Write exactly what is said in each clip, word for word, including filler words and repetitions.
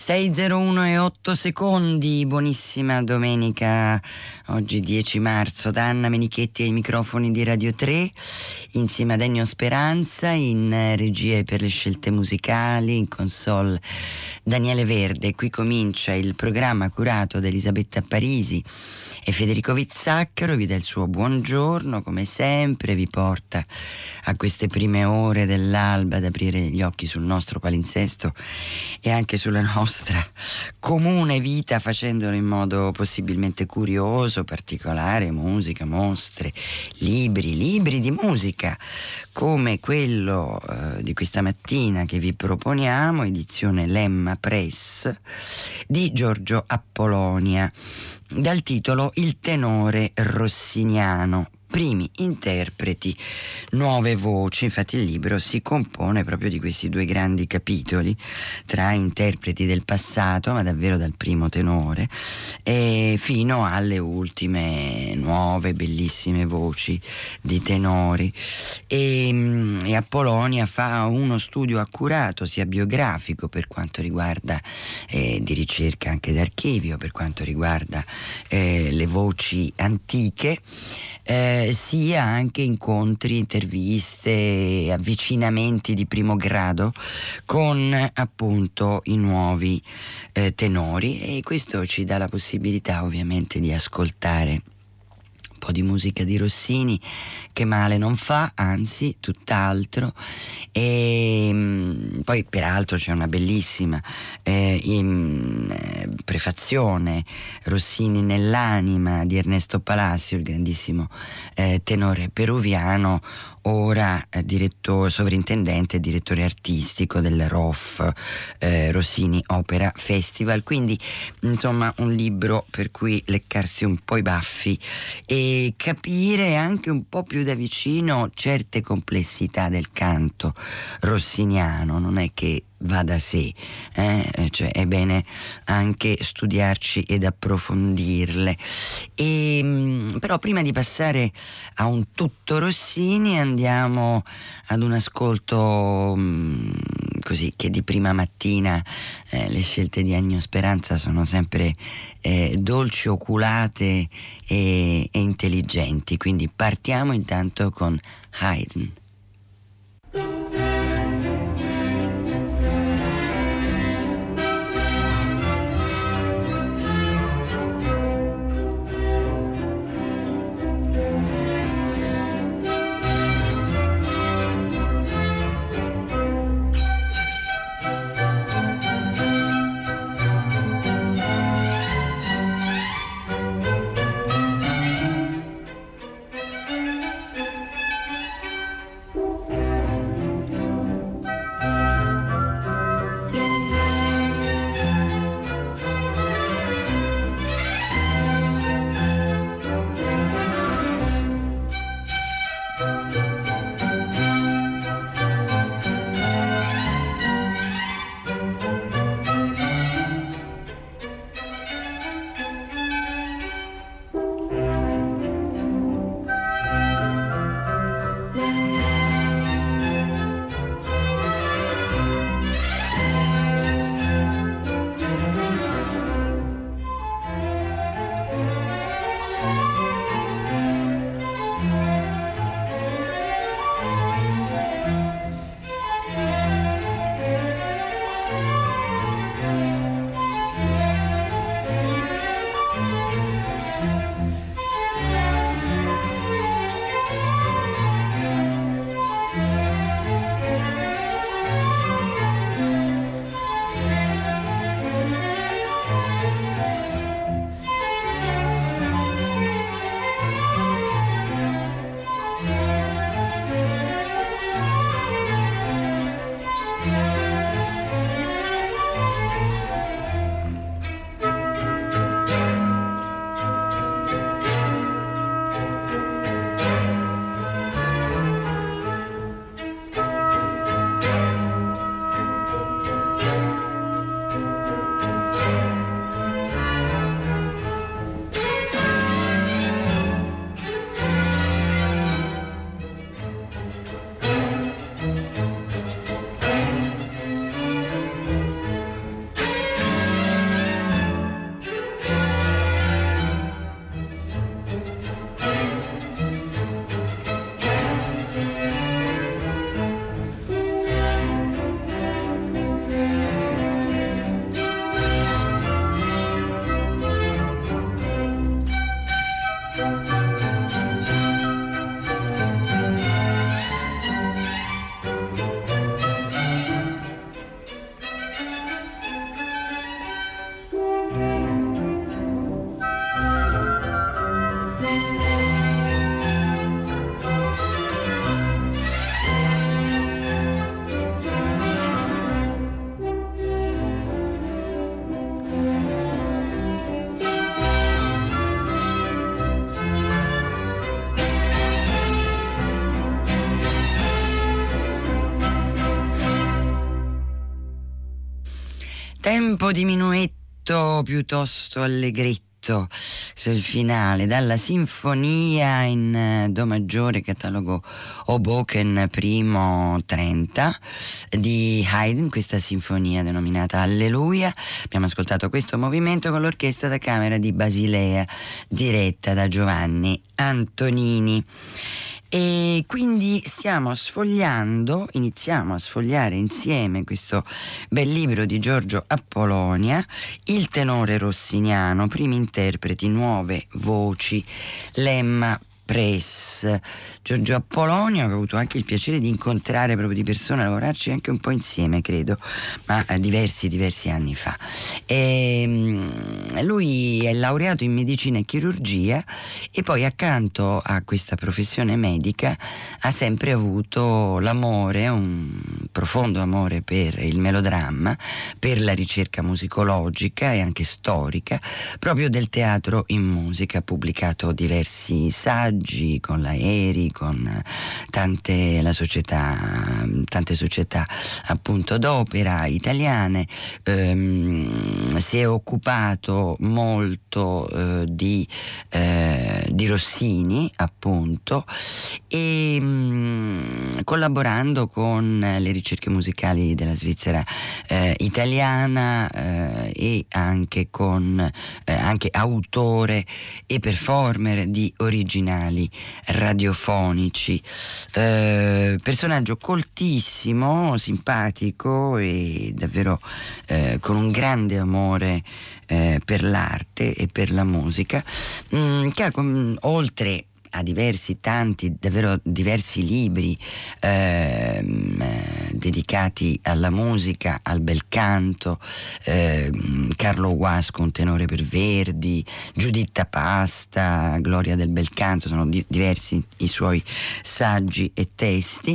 sei e zero uno e otto secondi, buonissima domenica, oggi dieci marzo, da Anna Menichetti ai microfoni di Radio tre, insieme ad Ennio Speranza, in regia per le scelte musicali, in console Daniele Verde. Qui comincia il programma curato da Elisabetta Parisi e Federico Vizzaccaro, vi dà il suo buongiorno, come sempre, vi porta a queste prime ore dell'alba ad aprire gli occhi sul nostro palinsesto e anche sulla nostra comune vita, facendolo in modo possibilmente curioso, particolare, musica, mostre, libri, libri di musica, come quello eh, di questa mattina che vi proponiamo, edizione Lemma Press, di Giorgio Appolonia, dal titolo Il tenore rossiniano, primi interpreti, nuove voci. Infatti il libro si compone proprio di questi due grandi capitoli, tra interpreti del passato, ma davvero dal primo tenore, e fino alle ultime nuove bellissime voci di tenori. E, e Appolonia fa uno studio accurato, sia biografico per quanto riguarda eh, di ricerca anche d'archivio, per quanto riguarda eh, le voci antiche, eh, sia anche incontri, interviste, avvicinamenti di primo grado con appunto i nuovi eh, tenori, e questo ci dà la possibilità ovviamente di ascoltare un po' di musica di Rossini, che male non fa, anzi tutt'altro. E mh, poi peraltro c'è una bellissima eh, in, eh, prefazione, Rossini nell'anima, di Ernesto Palacio, il grandissimo eh, tenore peruviano, ora eh, direttore, sovrintendente e direttore artistico del R O F, eh, Rossini Opera Festival. Quindi insomma un libro per cui leccarsi un po' i baffi e capire anche un po' più da vicino certe complessità del canto rossiniano. Non è che va da sé, eh? Cioè è bene anche studiarci ed approfondirle. E, però prima di passare a un tutto Rossini andiamo ad un ascolto mh, così, che di prima mattina eh, le scelte di Ennio Speranza sono sempre eh, dolci, oculate e, e intelligenti. Quindi partiamo intanto con Haydn. Tempo di minuetto piuttosto allegretto sul finale, dalla sinfonia in do maggiore, catalogo Hoboken primo trenta di Haydn, questa sinfonia denominata Alleluia. Abbiamo ascoltato questo movimento con l'orchestra da camera di Basilea diretta da Giovanni Antonini. E quindi stiamo sfogliando, iniziamo a sfogliare insieme questo bel libro di Giorgio Apolonia, Il tenore rossiniano, primi interpreti, nuove voci, Lemma Press. Giorgio Apolonio, che ho avuto anche il piacere di incontrare proprio di persona, lavorarci anche un po' insieme, credo, ma eh, diversi diversi anni fa. E, um, lui è laureato in medicina e chirurgia e poi accanto a questa professione medica ha sempre avuto l'amore, un profondo amore per il melodramma, per la ricerca musicologica e anche storica proprio del teatro in musica. Ha pubblicato diversi saggi con l'Aeri, con tante, la società, tante società appunto d'opera italiane. Ehm, si è occupato molto eh, di, eh, di Rossini appunto e mh, collaborando con le ricerche musicali della Svizzera eh, italiana eh, e anche con eh, anche autore e performer di originali radiofonici. Eh, personaggio coltissimo, simpatico e davvero eh, con un grande amore eh, per l'arte e per la musica, mh, che ha com- oltre a diversi, tanti, davvero diversi libri ehm, eh, dedicati alla musica, al bel canto, ehm, Carlo Guasco, un tenore per Verdi, Giuditta Pasta, Gloria del bel canto, sono di- diversi i suoi saggi e testi.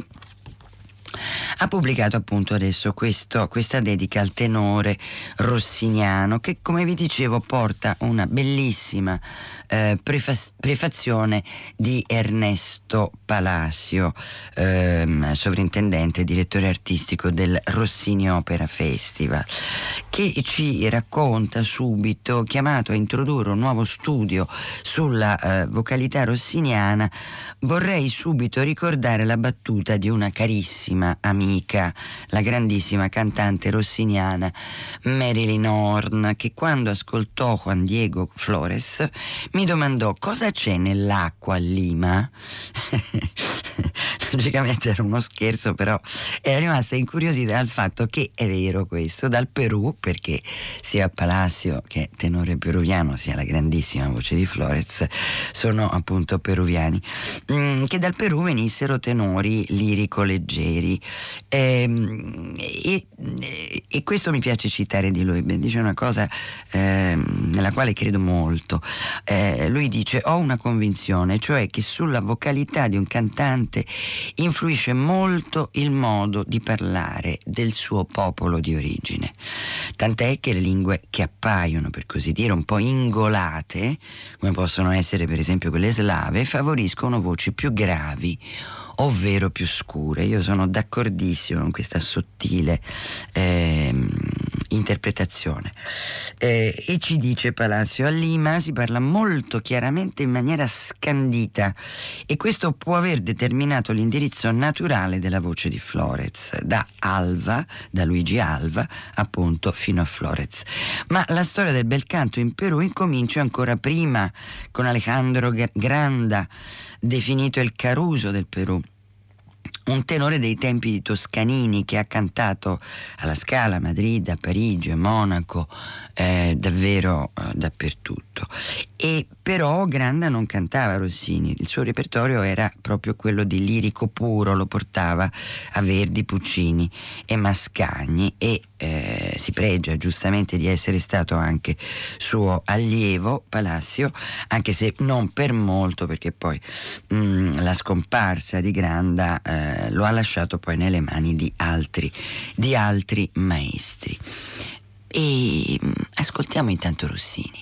Ha pubblicato appunto adesso questo, questa dedica al tenore rossiniano, che, come vi dicevo, porta una bellissima eh, prefa- prefazione di Ernesto Palacio, ehm, sovrintendente e direttore artistico del Rossini Opera Festival, che ci racconta subito, chiamato a introdurre un nuovo studio sulla eh, vocalità rossiniana. Vorrei subito ricordare la battuta di una carissima amica, la grandissima cantante rossiniana Marilyn Horne, che quando ascoltò Juan Diego Flores mi domandò: cosa c'è nell'acqua a Lima? Logicamente era uno scherzo, però era rimasta incuriosita dal fatto che è vero questo, dal Perù, perché sia Palacio, che è tenore peruviano, sia la grandissima voce di Flores sono appunto peruviani, mm, che dal Perù venissero tenori lirico-leggeri. Ehm, e, e questo mi piace citare di lui. Beh, dice una cosa ehm, nella quale credo molto. Eh, lui dice: ho una convinzione, cioè che sulla vocalità di un cantante influisce molto il modo di parlare del suo popolo di origine, tant'è che le lingue che appaiono, per così dire, un po' ingolate, come possono essere per esempio quelle slave, favoriscono voci più gravi, ovvero più scure. Io sono d'accordissimo con questa sottile ehm, interpretazione. Eh, e ci dice Palacio: a Lima si parla molto chiaramente in maniera scandita, e questo può aver determinato l'indirizzo naturale della voce di Flores, da Alva, da Luigi Alva appunto, fino a Flores. Ma la storia del bel canto in Perù incomincia ancora prima, con Alejandro Granda, definito il Caruso del Perù, un tenore dei tempi di Toscanini, che ha cantato alla Scala, a Madrid, a Parigi, a Monaco, eh, davvero eh, dappertutto. E però Granda non cantava Rossini, il suo repertorio era proprio quello di lirico puro, lo portava a Verdi, Puccini e Mascagni, e eh, si pregia giustamente di essere stato anche suo allievo Palacio, anche se non per molto, perché poi mh, la scomparsa di Granda eh, lo ha lasciato poi nelle mani di altri, di altri maestri. E mh, ascoltiamo intanto Rossini.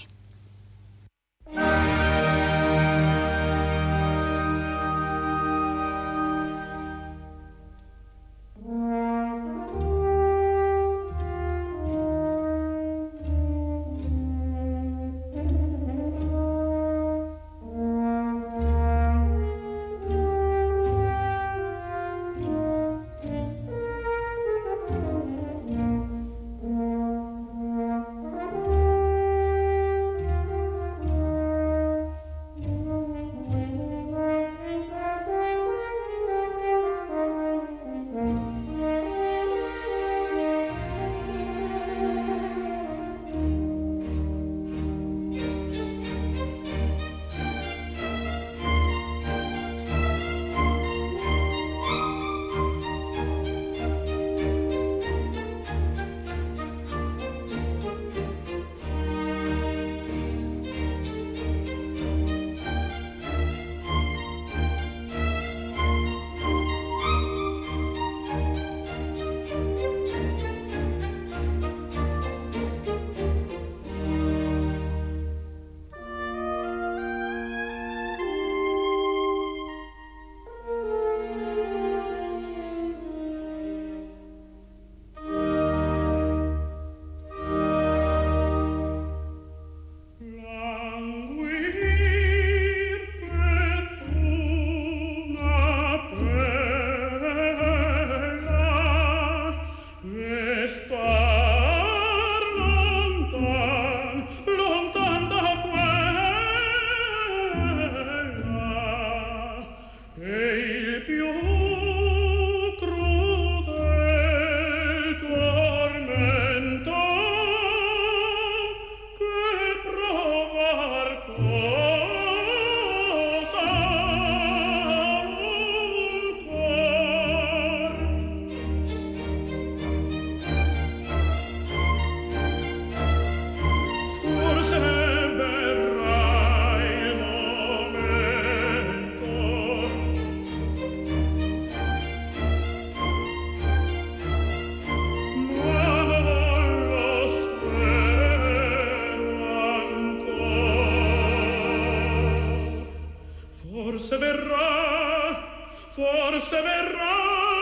forse verrà,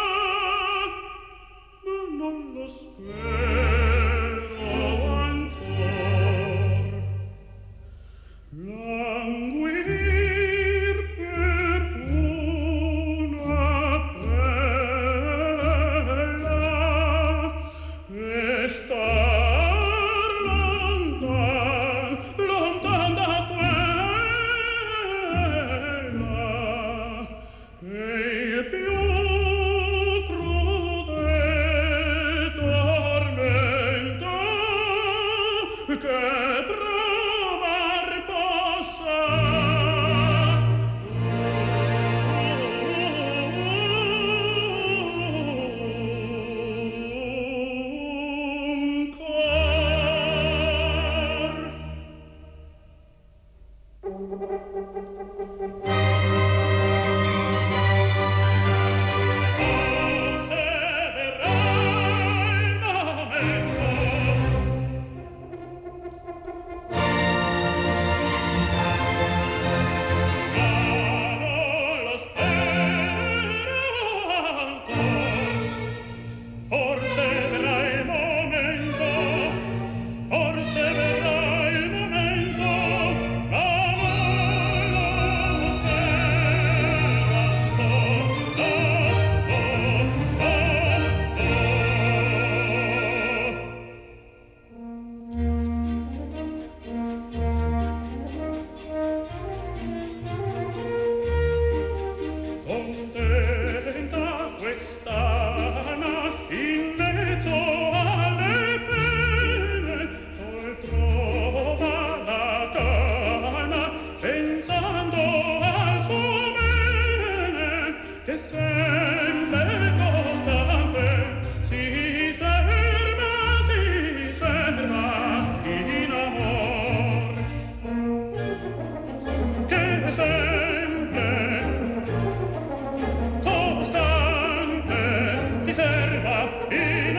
ma non lo spero ancor. Languir per una bella e star lontan, lontan da quella, e il più crudel tormento che provar possa. Un cor. Forse verrà il momento, ma non lo spero ancor. Forse verrà il momento, forse verrà il momento, ma non lo spero ancor. No, no, no, contenta quest'anima in mezzo alle pene, sol trova la calma pensando al suo bene, che sempre costante si serva, si serva in amor, che sempre costante si serva in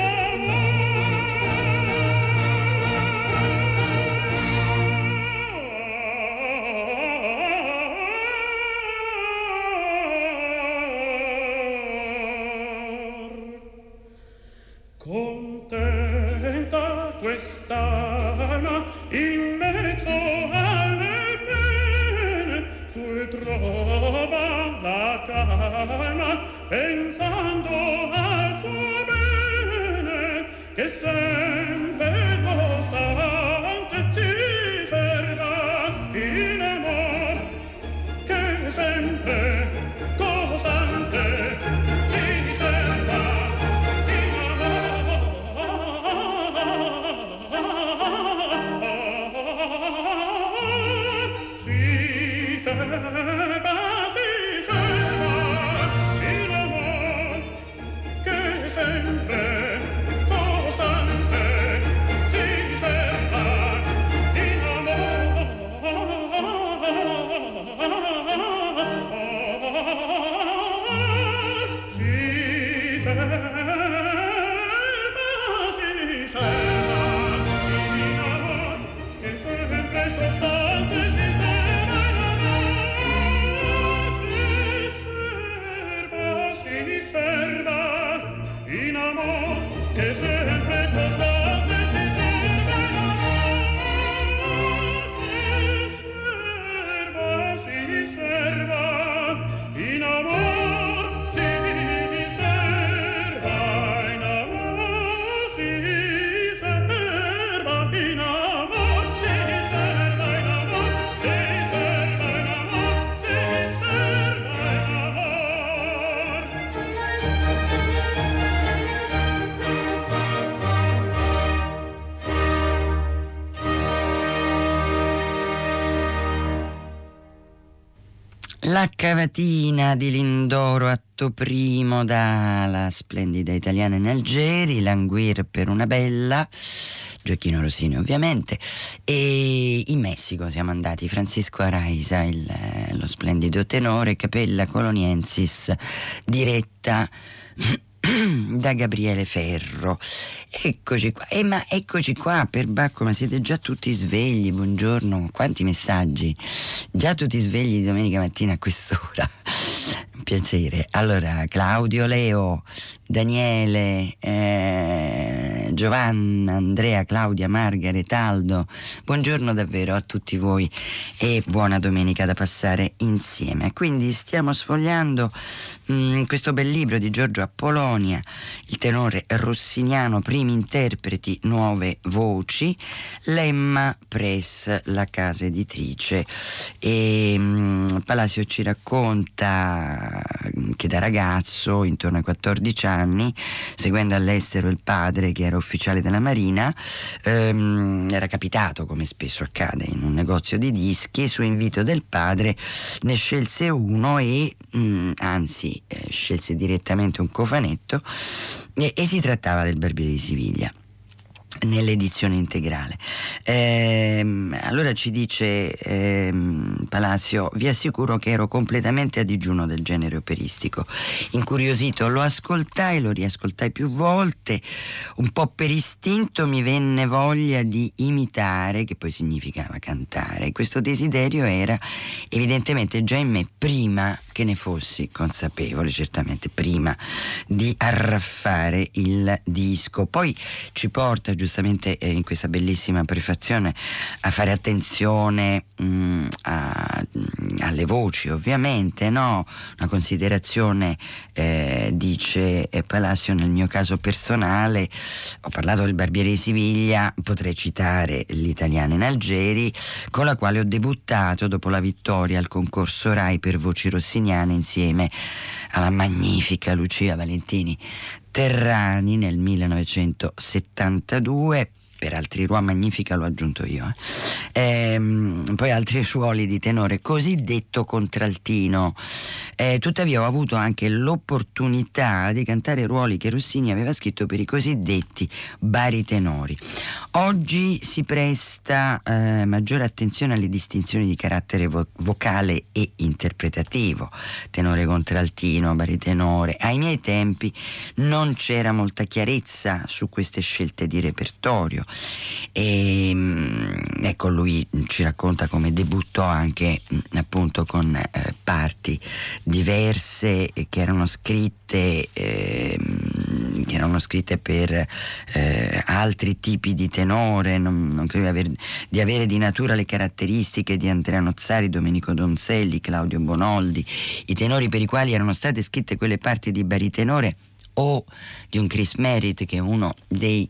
amor. Contenta quest'anima in mezzo alle pene, sul trova la calma pensando al suo bene, che sempre costante si serva in amor, che sempre costante si serva in amor, si serva, si serva in amor, che sempre costante si serva in amor, si serva, si serva in amor, che sempre costante si serva in amor, si serva, si serva in amor, che sempre costante si serva in amor, si serva, si serva in amor, si serva in amor, si serva in amor, si serva in amor, si serva in amor, si serva in amor. La cavatina di Lindoro, atto primo, dalla splendida italiana in Algeri, Languir per una bella, Gioacchino Rossini ovviamente, e in Messico siamo andati, Francisco Araiza, il, lo splendido tenore, Capella Coloniensis, diretta da Gabriele Ferro. Eccoci qua, eh, ma eccoci qua per Bacco, ma siete già tutti svegli? Buongiorno, quanti messaggi, già tutti svegli di domenica mattina a quest'ora. Piacere. Allora, Claudio, Leo, Daniele, eh, Giovanna, Andrea, Claudia, Margaret, Aldo, buongiorno davvero a tutti voi e buona domenica da passare insieme. Quindi stiamo sfogliando mh, questo bel libro di Giorgio Apolonia, il tenore rossiniano, primi interpreti, nuove voci, Lemma Press, la casa editrice. E mh, Palasio ci racconta che da ragazzo, intorno ai quattordici anni, seguendo all'estero il padre che era ufficiale della Marina, ehm, era capitato, come spesso accade, in un negozio di dischi. Su invito del padre ne scelse uno e mh, anzi eh, scelse direttamente un cofanetto e, e si trattava del Barbiere di Siviglia nell'edizione integrale. Ehm, allora ci dice ehm, Palasio: vi assicuro che ero completamente a digiuno del genere operistico. Incuriosito lo ascoltai, lo riascoltai più volte, un po' per istinto mi venne voglia di imitare, che poi significava cantare. Questo desiderio era evidentemente già in me prima che ne fossi consapevole, certamente prima di arraffare il disco. Poi ci porta giustamente eh, in questa bellissima prefazione a fare attenzione mh, a, mh, alle voci, ovviamente, no? Una considerazione, eh, dice eh, Palasio: nel mio caso personale ho parlato del Barbiere di Siviglia, potrei citare l'Italiana in Algeri, con la quale ho debuttato dopo la vittoria al concorso Rai per voci rossiniane insieme alla magnifica Lucia Valentini Terrani nel millenovecentosettantadue. Per altri ruoli, magnifica l'ho aggiunto io, eh. Ehm, poi altri ruoli di tenore cosiddetto contraltino. Eh, tuttavia ho avuto anche l'opportunità di cantare ruoli che Rossini aveva scritto per i cosiddetti baritenori. Oggi si presta eh, maggiore attenzione alle distinzioni di carattere vo- vocale e interpretativo, tenore, contraltino, baritenore. Ai miei tempi non c'era molta chiarezza su queste scelte di repertorio. E ecco, lui ci racconta come debuttò anche appunto con eh, parti diverse che erano scritte eh, che erano scritte per eh, altri tipi di tenore. Non, non credo di, aver, di avere di natura le caratteristiche di Andrea Nozzari, Domenico Donzelli, Claudio Bonoldi, i tenori per i quali erano state scritte quelle parti di baritenore, o di un Chris Merritt, che è uno dei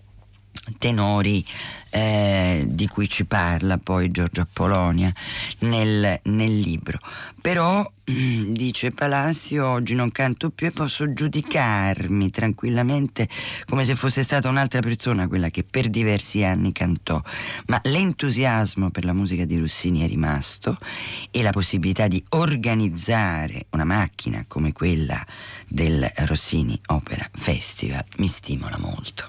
tenori eh, di cui ci parla poi Giorgio Apolonia nel, nel libro. Però dice Palasio: oggi non canto più e posso giudicarmi tranquillamente come se fosse stata un'altra persona quella che per diversi anni cantò, ma l'entusiasmo per la musica di Rossini è rimasto e la possibilità di organizzare una macchina come quella del Rossini Opera Festival mi stimola molto.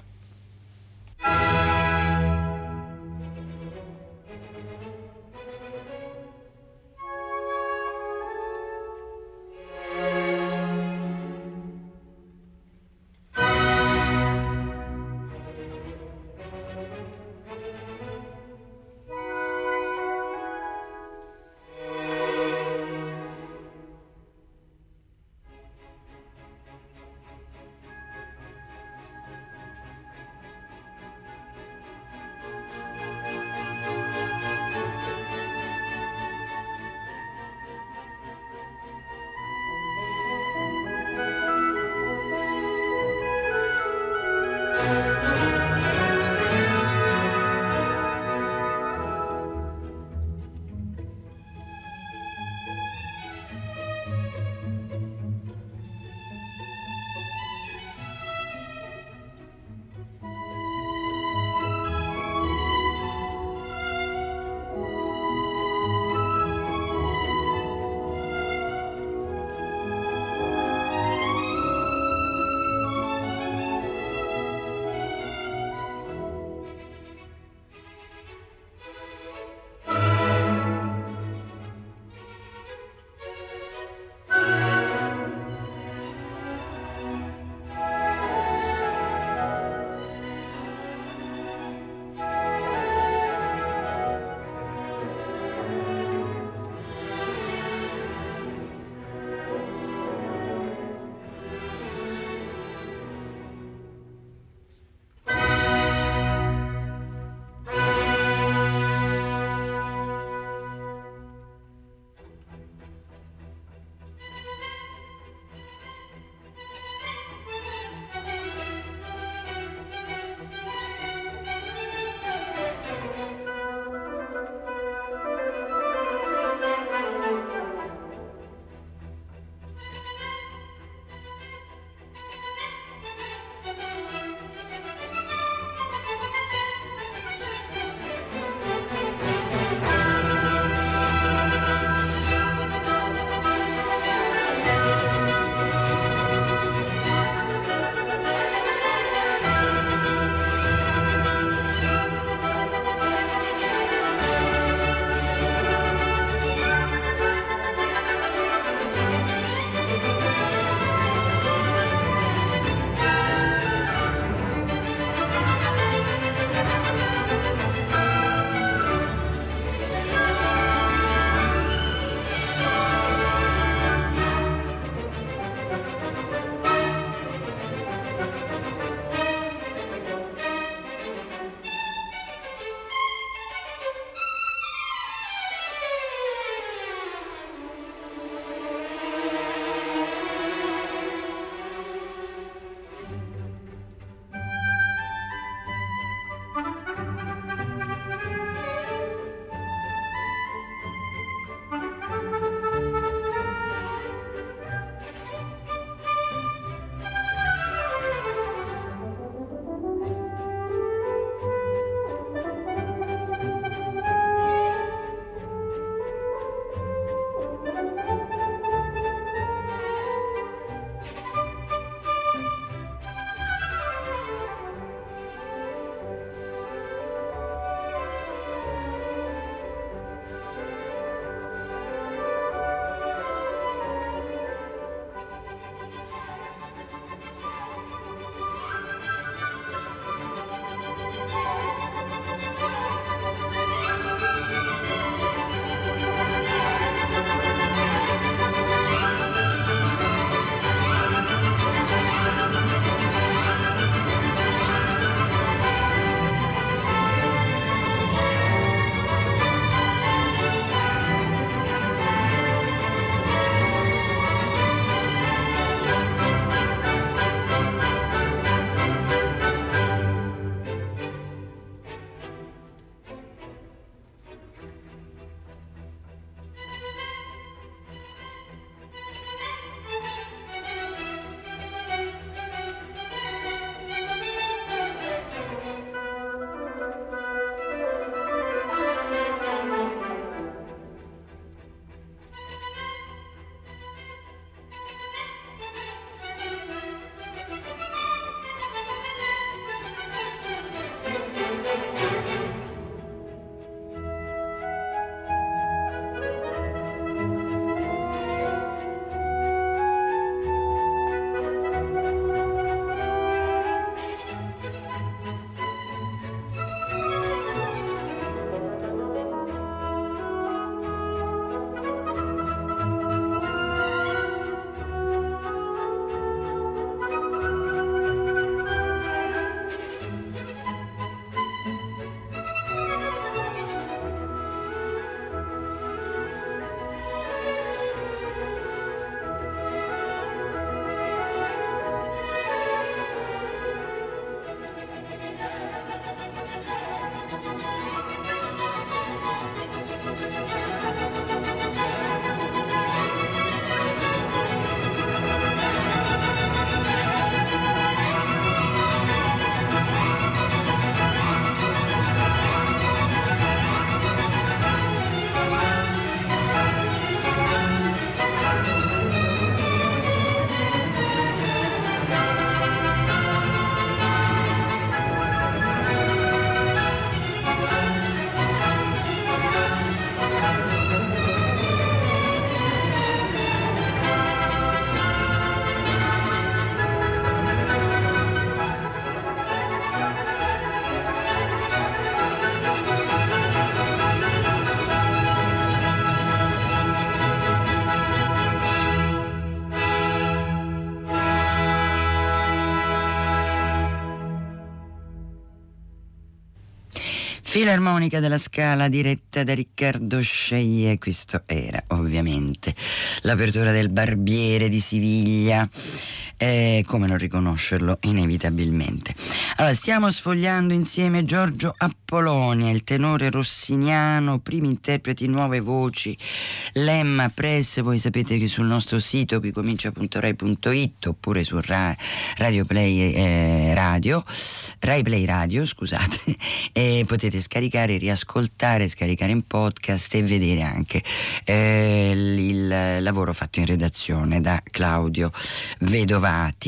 Filarmonica della Scala diretta da Riccardo Sceie. Questo era ovviamente l'apertura del Barbiere di Siviglia. Eh, come non riconoscerlo inevitabilmente. Allora, stiamo sfogliando insieme Giorgio Apolonia, il tenore rossiniano, primi interpreti, nuove voci, Lemma Press. Voi sapete che sul nostro sito qui comincia punto rai punto it oppure su Ra- Radio Play eh, Radio Rai Play Radio, scusate, eh, potete scaricare, riascoltare, scaricare in podcast e vedere anche eh, il lavoro fatto in redazione da Claudio Vedovati.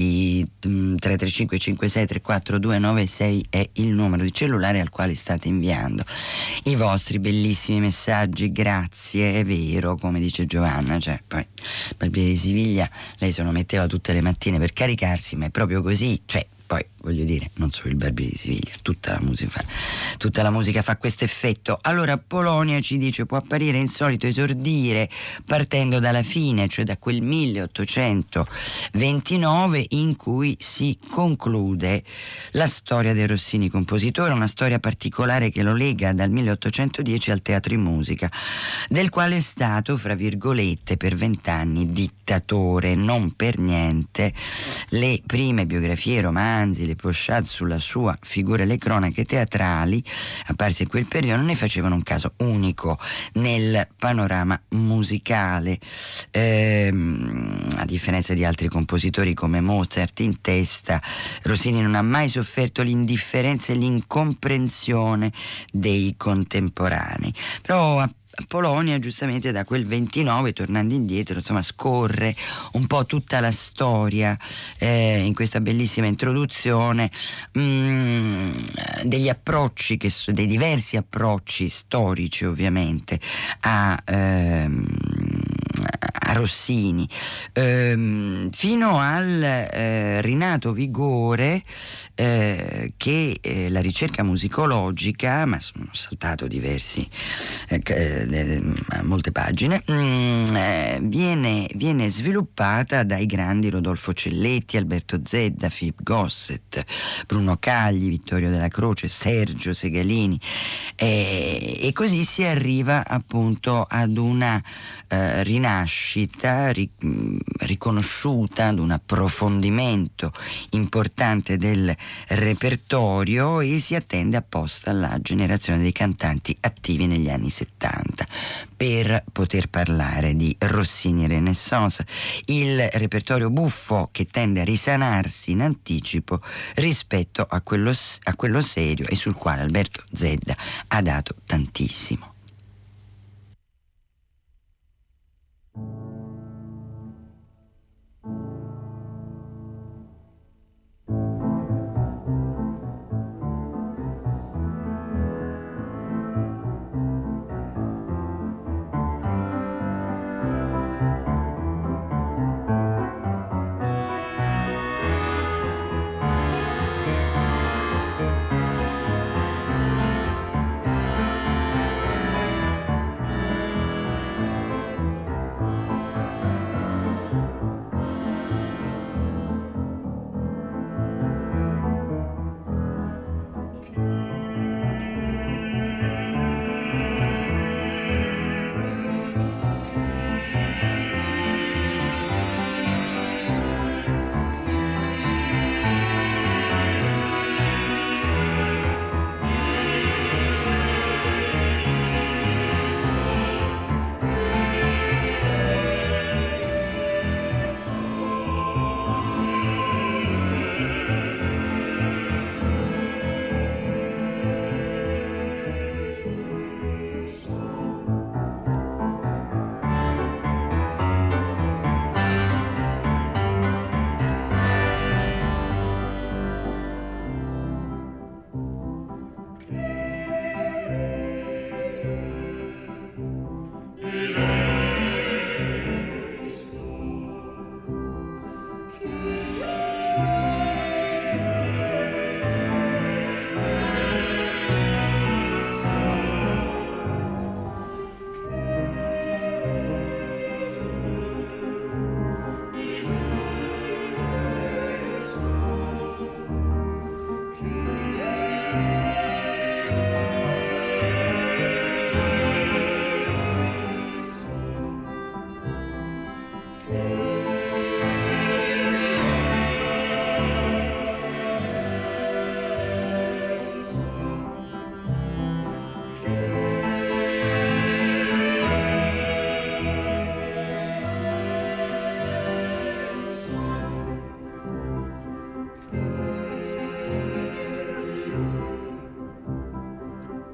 Tre tre cinque cinque sei tre quattro due nove sei è il numero di cellulare al quale state inviando i vostri bellissimi messaggi. Grazie, è vero, come dice Giovanna, cioè poi Barbiere di Siviglia lei se lo metteva tutte le mattine per caricarsi, ma è proprio così, cioè poi voglio dire, non solo il Barbiere di Siviglia, tutta la musica fa, tutta la musica fa questo effetto. Allora Polonia ci dice: può apparire insolito esordire partendo dalla fine, cioè da quel milleottocentoventinove in cui si conclude la storia del Rossini compositore, una storia particolare che lo lega dal milleottocentodieci al teatro in musica, del quale è stato, fra virgolette, per vent'anni dittatore. Non per niente le prime biografie, romanzi, le pochade sulla sua figura e le cronache teatrali apparse in quel periodo non ne facevano un caso unico nel panorama musicale, ehm, a differenza di altri compositori come Mozart in testa. Rossini non ha mai sofferto l'indifferenza e l'incomprensione dei contemporanei, però a Polonia giustamente da quel ventinove, tornando indietro, insomma scorre un po' tutta la storia eh, in questa bellissima introduzione mh, degli approcci, che, dei diversi approcci storici ovviamente a, ehm, a Rossini, ehm, fino al eh, rinato vigore eh, che eh, la ricerca musicologica, ma sono saltato diversi eh, molte pagine, mm, eh, viene, viene sviluppata dai grandi Rodolfo Celletti, Alberto Zedda, Philip Gossett, Bruno Cagli, Vittorio Della Croce, Sergio Segalini, eh, e così si arriva appunto ad una eh, rinascita ri, riconosciuta, ad un approfondimento importante del repertorio, e si attende apposta alla generazione dei cantanti attivi negli anni settanta per poter parlare di Rossini Renaissance, il repertorio buffo che tende a risanarsi in anticipo rispetto a quello, a quello serio e sul quale Alberto Zedda ha dato tantissimo.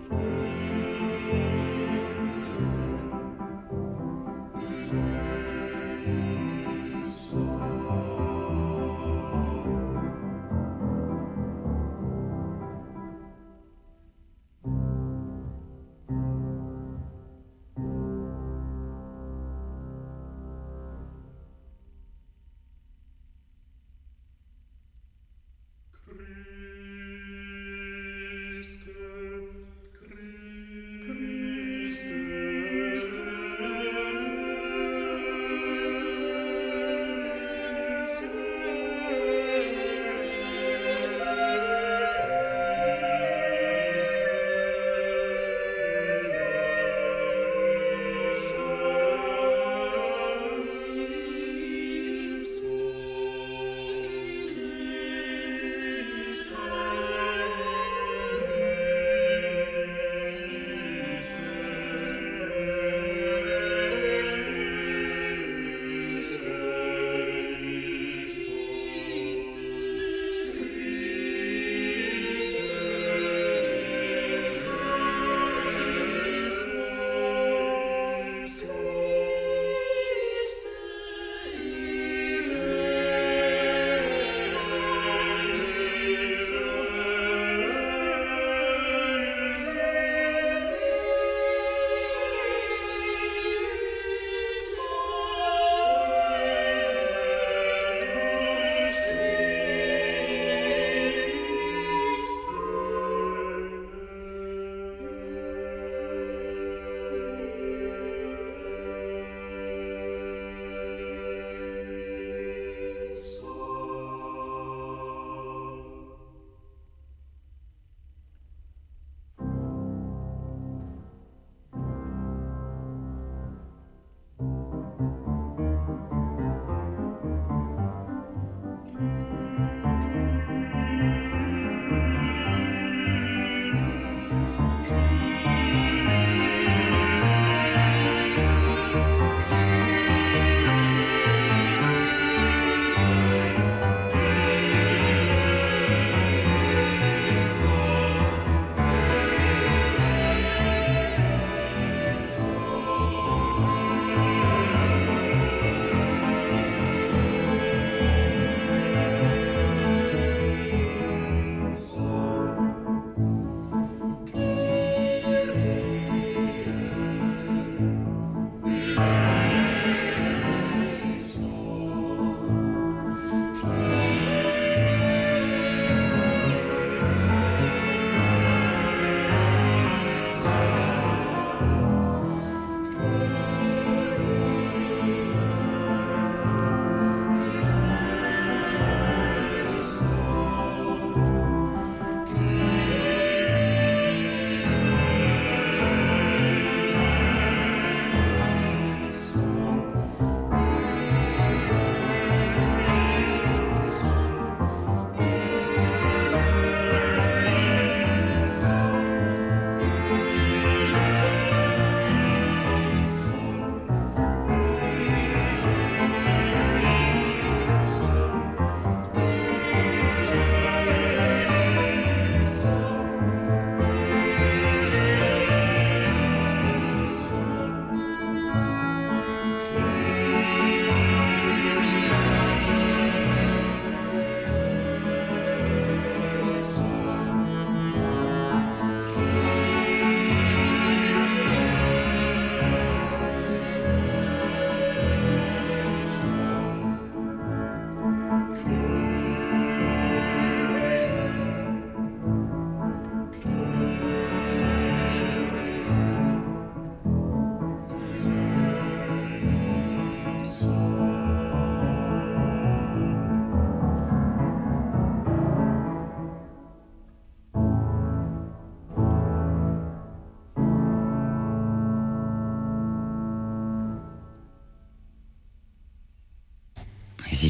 Christe, Christe,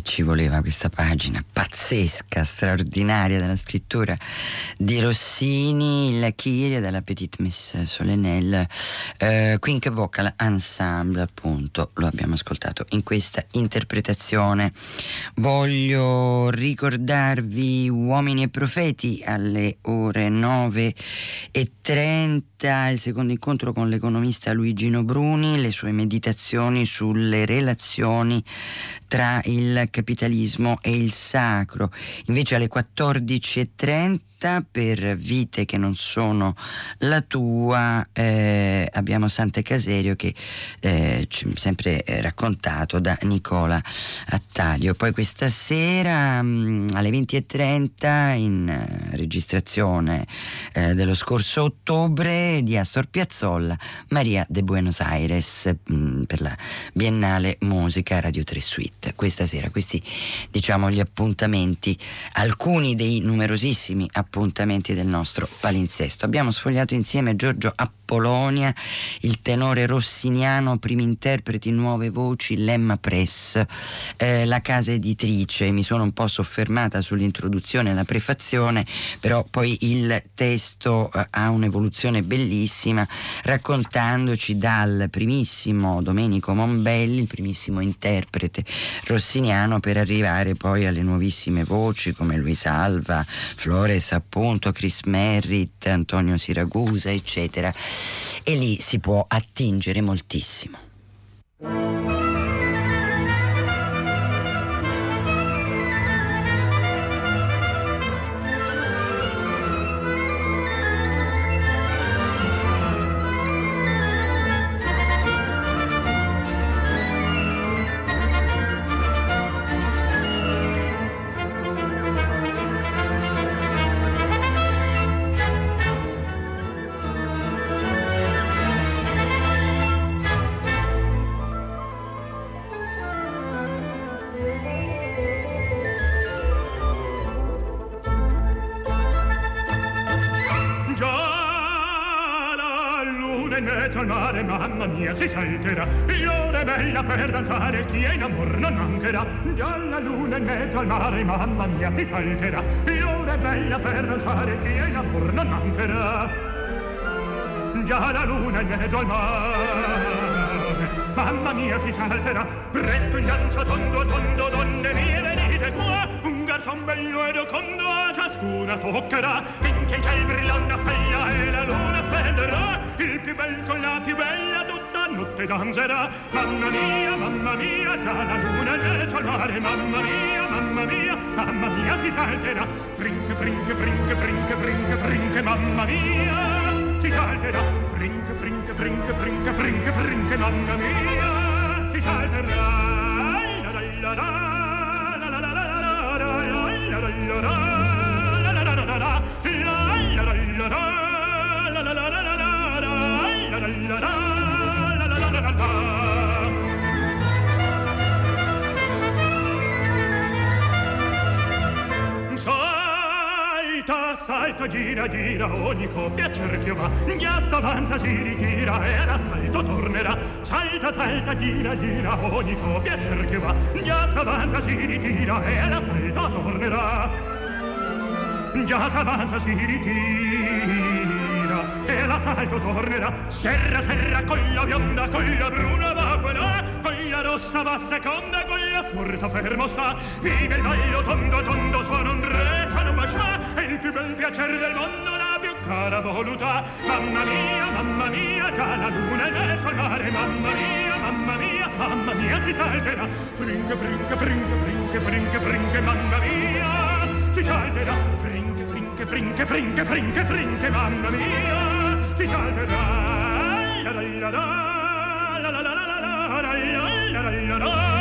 ci voleva questa pagina pazzesca, straordinaria della scrittura di Rossini, la Kyrie della Petite Messe Solennelle, eh, Quinque Vocal Ensemble, appunto, lo abbiamo ascoltato in questa interpretazione. Voglio ricordarvi Uomini e Profeti alle ore nove e trenta, il secondo incontro con l'economista Luigino Bruni, le sue meditazioni sulle relazioni tra il capitalismo e il sacro. Invece alle quattordici e trenta, per Vite che non sono la tua, eh, abbiamo Sante Caserio, che eh, ci, sempre eh, raccontato da Nicola Attadio. Poi questa sera mh, alle venti e trenta, in eh, registrazione eh, dello scorso ottobre, di Astor Piazzolla, Maria de Buenos Aires, mh, per la Biennale Musica Radio tre Suite. Questa sera questi, diciamo, gli appuntamenti, alcuni dei numerosissimi appuntamenti del nostro palinsesto. Abbiamo sfogliato insieme Giorgio Appolonia, il tenore rossiniano, primi interpreti, nuove voci, Lemma Press, eh, la casa editrice. Mi sono un po' soffermata sull'introduzione e la prefazione, però poi il testo eh, ha un'evoluzione bellissima, raccontandoci dal primissimo Domenico Mombelli, il primissimo interprete rossiniano, per arrivare poi alle nuovissime voci come Luis Alva, Flores appunto, Chris Merritt, Antonio Siragusa, eccetera, e lì si può attingere moltissimo. Mamma mia, si salterà, l'ora è bella per danzare, chi è in amor non mancherà. Già la luna in mezzo al mare, mamma mia, si salterà, l'ora è bella per danzare, chi è in amor non mancherà. Già la luna in mezzo al mare, mamma mia, si salterà, presto in danza tondo tondo, donne mie venite qua, un garzon bello e rocondo a ciascuna toccherà, finché il ciel brilla una stella e la luna splenderà, il più bel con la più bella tutta notte danzerà. Mamma mia, mamma mia, già la luna in mezzo al mare, mamma mia, mamma mia, mamma mia, si salterà, frinche, frinche, frinche, frinche, frinche, frinche, mamma mia, si salterà, frinche, frinche, frinche, frinche, frinche, frinche, mamma mia, si salterà. La la la la la la la la la la la la la la. Salta, salta, gira, gira, ogni coppia cerchio va, già s'avanza, si ritira e all'asfalto tornerà. Salta, salta, gira, gira, ogni coppia cerchio va, già s'avanza, si ritira e all'asfalto tornerà. Già s'avanza, si ritira e l'assalto tornerà. Serra, serra, con la bionda, con la bruna va quella, con la rossa va seconda, con la smorta fermo sta. Vive il ballo tondo, tondo, sono un re, sono un bascià, è il più bel piacere del mondo, la più cara volutà. Mamma mia, mamma mia, già la luna è in mezzo al mare, mamma mia, mamma mia, mamma mia, si salterà. Frinche, frinche, frinche, frinche, frinche, frinche, mamma mia, si salterà. Frinche, frinche, frinche, frinche, frinche, frinche, mamma mia, si salterà. La la la la la la la la la la la la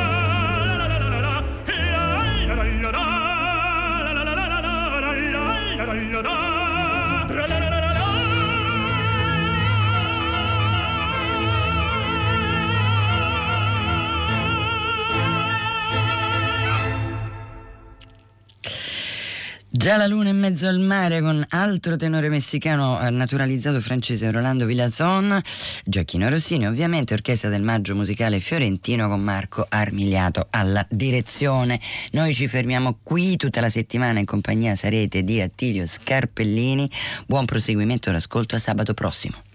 la. Già la luna in mezzo al mare, con altro tenore messicano naturalizzato francese Rolando Villazon, Gioacchino Rossini ovviamente, Orchestra del Maggio Musicale Fiorentino con Marco Armigliato alla direzione. Noi ci fermiamo qui, tutta la settimana in compagnia sarete di Attilio Scarpellini. Buon proseguimento d'ascolto, a sabato prossimo.